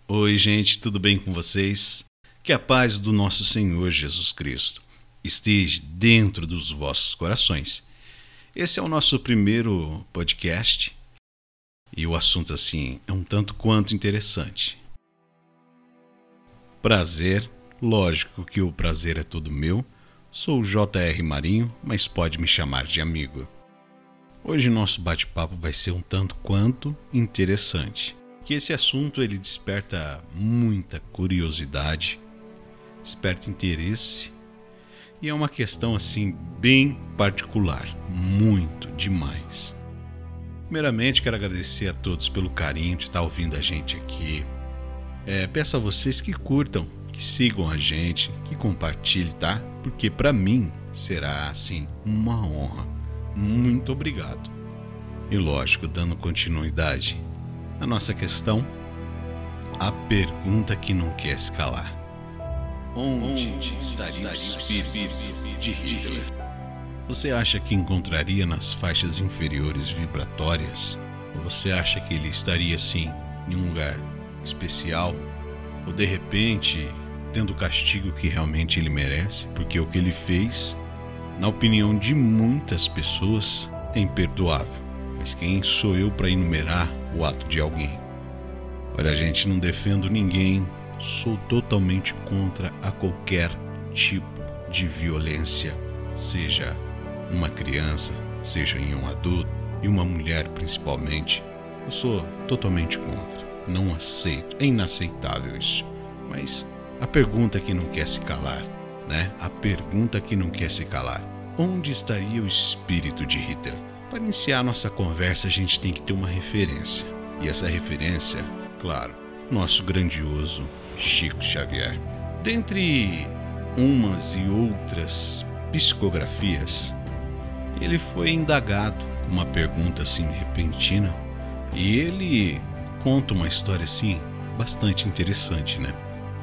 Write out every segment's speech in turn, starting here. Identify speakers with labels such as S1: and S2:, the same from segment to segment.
S1: Oi, gente, tudo bem com vocês? Que a paz do nosso Senhor Jesus Cristo esteja dentro dos vossos corações. Esse é o nosso primeiro podcast e o assunto, assim, é um tanto quanto interessante. Prazer, lógico que o prazer é todo meu. Sou o J.R. Marinho, mas pode me chamar de amigo. Hoje nosso bate-papo vai ser um tanto quanto interessante. Que esse assunto ele desperta muita curiosidade, desperta interesse e é uma questão assim bem particular, muito demais. Primeiramente quero agradecer a todos pelo carinho de estar ouvindo a gente aqui. Peço a vocês que curtam, que sigam a gente, que compartilhem, tá? Porque para mim será assim uma honra. Muito obrigado. E lógico, dando continuidade a nossa questão, a pergunta que não quer se calar. Onde estaria o espírito de Hitler? Você acha que encontraria nas faixas inferiores vibratórias? Ou você acha que ele estaria assim, em um lugar especial? Ou de repente, tendo o castigo que realmente ele merece? Porque o que ele fez, na opinião de muitas pessoas, é imperdoável. Mas quem sou eu para enumerar o ato de alguém? Olha, gente, não defendo ninguém, sou totalmente contra a qualquer tipo de violência, seja uma criança, seja em um adulto, e uma mulher principalmente. Eu sou totalmente contra, não aceito, é inaceitável isso. Mas a pergunta que não quer se calar, né? A pergunta que não quer se calar. Onde estaria o espírito de Hitler? Para iniciar nossa conversa, a gente tem que ter uma referência. E essa referência, claro, nosso grandioso Chico Xavier. Dentre umas e outras psicografias, ele foi indagado com uma pergunta assim repentina e ele conta uma história assim bastante interessante, né?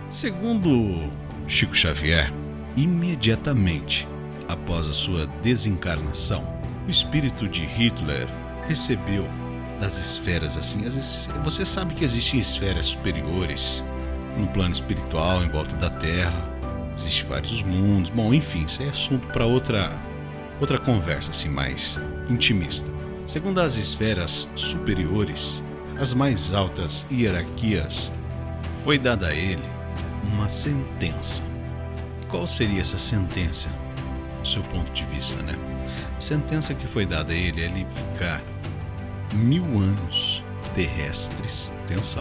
S1: Segundo Chico Xavier, imediatamente após a sua desencarnação, o espírito de Hitler recebeu das esferas assim. Você sabe que existem esferas superiores no plano espiritual, em volta da Terra. Existem vários mundos. Bom, enfim, isso é assunto para outra conversa assim, mais intimista. Segundo as esferas superiores, as mais altas hierarquias, foi dada a ele uma sentença. E qual seria essa sentença? Do seu ponto de vista, né? A sentença que foi dada a ele é ele ficar 1000 anos terrestres. Atenção,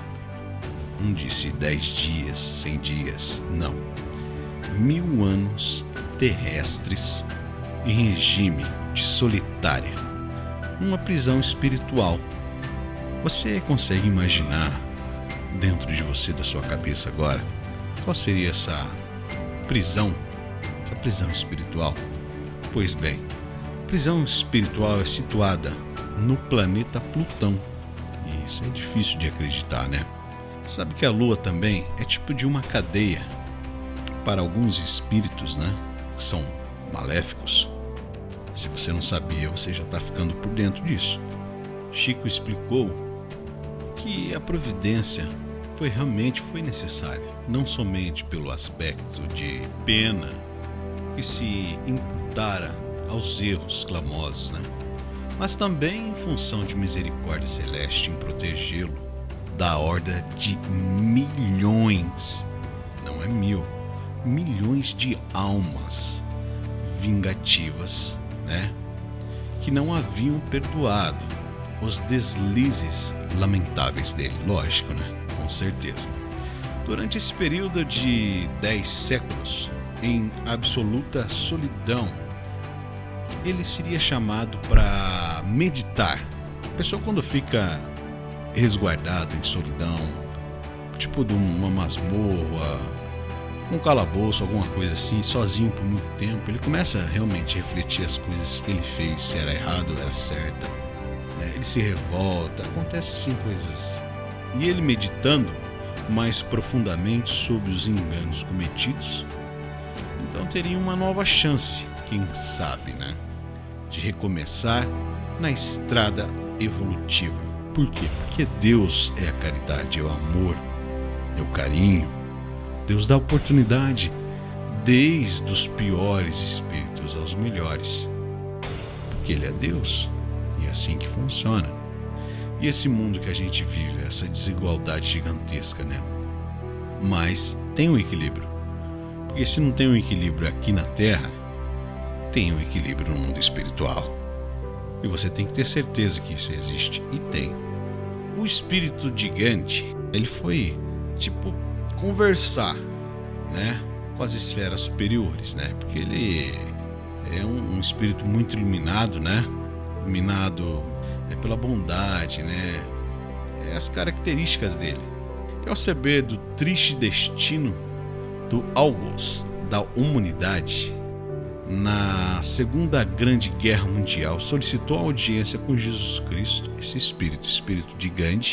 S1: não disse 10 dias, 100 dias, não. 1000 anos terrestres em regime de solitária, uma prisão espiritual. Você consegue imaginar dentro de você, da sua cabeça agora, qual seria essa prisão espiritual? Pois bem, a prisão espiritual é situada no planeta Plutão. E isso é difícil de acreditar, né? Sabe que a Lua também é tipo de uma cadeia para alguns espíritos, né? Que são maléficos. Se você não sabia, você já está ficando por dentro disso. Chico explicou que a providência realmente foi necessária, não somente pelo aspecto de pena que se imputara aos erros clamosos, né? Mas também em função de misericórdia celeste em protegê-lo da horda de milhões, não é 1000, milhões de almas vingativas, né? Que não haviam perdoado os deslizes lamentáveis dele, lógico, né? Com certeza. Durante esse período de 10 séculos, em absoluta solidão, ele seria chamado para meditar. A pessoa, quando fica resguardado em solidão, tipo de uma masmorra, um calabouço, alguma coisa assim, sozinho por muito tempo, ele começa realmente a refletir as coisas que ele fez, se era errado ou era certa, né? Ele se revolta, acontece assim coisas. E ele meditando mais profundamente sobre os enganos cometidos, então teria uma nova chance, quem sabe, né? De recomeçar na estrada evolutiva. Por quê? Porque Deus é a caridade, é o amor, é o carinho. Deus dá oportunidade desde os piores espíritos aos melhores, porque Ele é Deus e é assim que funciona. E esse mundo que a gente vive, essa desigualdade gigantesca, né? Mas tem um equilíbrio, porque se não tem um equilíbrio aqui na Terra, tem um equilíbrio no mundo espiritual, e você tem que ter certeza que isso existe, e tem. O espírito de Gandhi, ele foi conversar, né, com as esferas superiores, né, porque ele é um espírito muito iluminado, né, iluminado pela bondade, né, as características dele. E ao saber do triste destino do algoz da humanidade, na Segunda Grande Guerra Mundial, solicitou audiência com Jesus Cristo, esse espírito de Gandhi.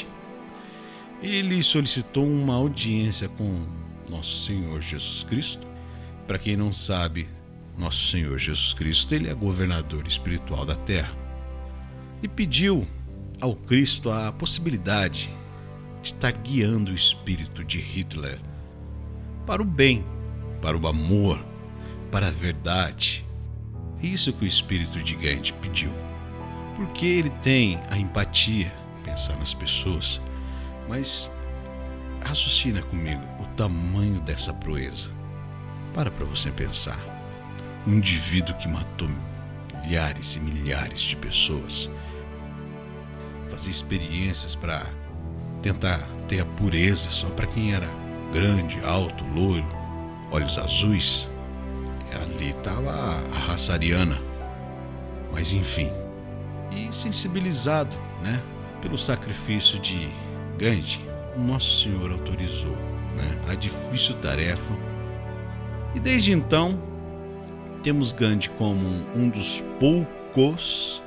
S1: Ele solicitou uma audiência com Nosso Senhor Jesus Cristo. Para quem não sabe, Nosso Senhor Jesus Cristo, ele é governador espiritual da Terra. E pediu ao Cristo a possibilidade de estar guiando o espírito de Hitler para o bem, para o amor, para a verdade. Isso que o espírito de Gandhi pediu, porque ele tem a empatia, pensar nas pessoas. Mas raciocina comigo o tamanho dessa proeza. Para você pensar. Um indivíduo que matou milhares e milhares de pessoas, fazer experiências para tentar ter a pureza só para quem era grande, alto, loiro, olhos azuis. Ali estava a raça ariana. Mas enfim, e sensibilizado, né, pelo sacrifício de Gandhi, o Nosso Senhor autorizou, né, a difícil tarefa. E desde então temos Gandhi como um dos poucos.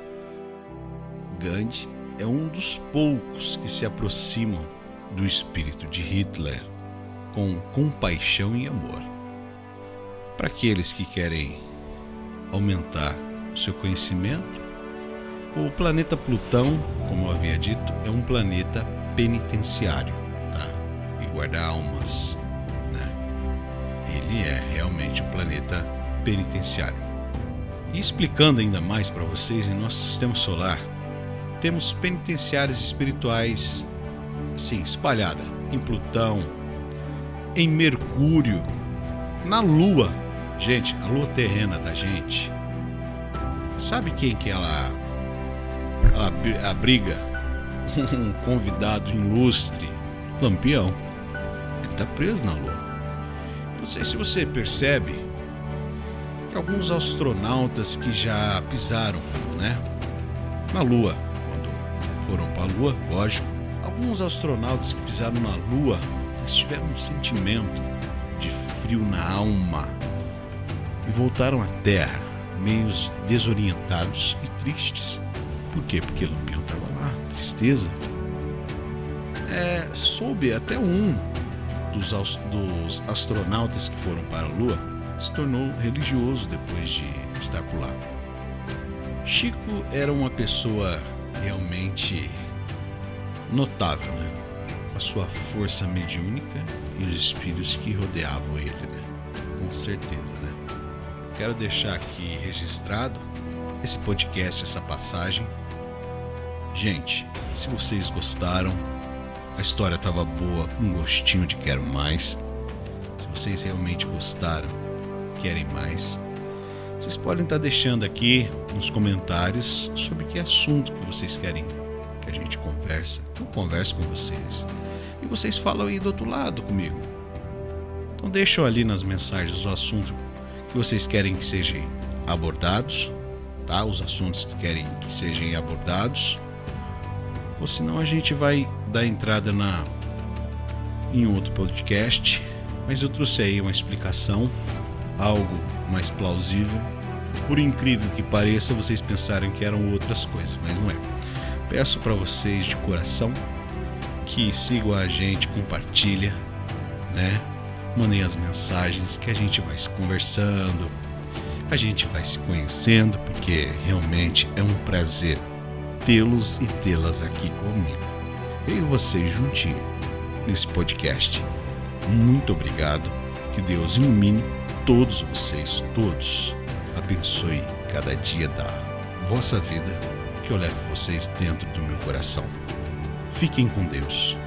S1: Gandhi é um dos poucos que se aproximam do espírito de Hitler com compaixão e amor. Para aqueles que querem aumentar o seu conhecimento, o planeta Plutão, como eu havia dito, é um planeta penitenciário, tá? E guarda almas, né? Ele é realmente um planeta penitenciário. E explicando ainda mais para vocês, em nosso sistema solar, temos penitenciárias espirituais, assim, espalhadas em Plutão, em Mercúrio, na Lua. Gente, a Lua terrena da gente. Sabe quem que ela abriga? Um convidado ilustre, Lampião. Ele está preso na Lua. Não sei se você percebe que alguns astronautas que já pisaram, né, na Lua, quando foram para a Lua, lógico, alguns astronautas que pisaram na Lua, eles tiveram um sentimento de frio na alma e voltaram à Terra meio desorientados e tristes. Por quê? Porque Lampião estava lá, tristeza. Soube até um dos astronautas que foram para a Lua se tornou religioso depois de estar por lá. Chico era uma pessoa realmente notável, né? Com a sua força mediúnica e os espíritos que rodeavam ele, né? Com certeza, né? Quero deixar aqui registrado esse podcast, essa passagem. Gente, se vocês gostaram, a história estava boa, um gostinho de quero mais. Se vocês realmente gostaram, querem mais, vocês podem estar deixando aqui nos comentários sobre que assunto que vocês querem que a gente converse. Eu converso com vocês e vocês falam aí do outro lado comigo. Então deixam ali nas mensagens o assunto que vocês querem que sejam abordados, tá? Os assuntos que querem que sejam abordados. Ou senão a gente vai dar entrada em outro podcast. Mas eu trouxe aí uma explicação, algo mais plausível. Por incrível que pareça, vocês pensaram que eram outras coisas, mas não é. Peço para vocês de coração que sigam a gente, compartilha, né? Mandem as mensagens que a gente vai se conversando, a gente vai se conhecendo, porque realmente é um prazer tê-los e tê-las aqui comigo. Eu e vocês juntinho nesse podcast Muito obrigado. Que Deus ilumine todos vocês, todos. Abençoe cada dia da vossa vida, que eu levo vocês dentro do meu coração. Fiquem com Deus.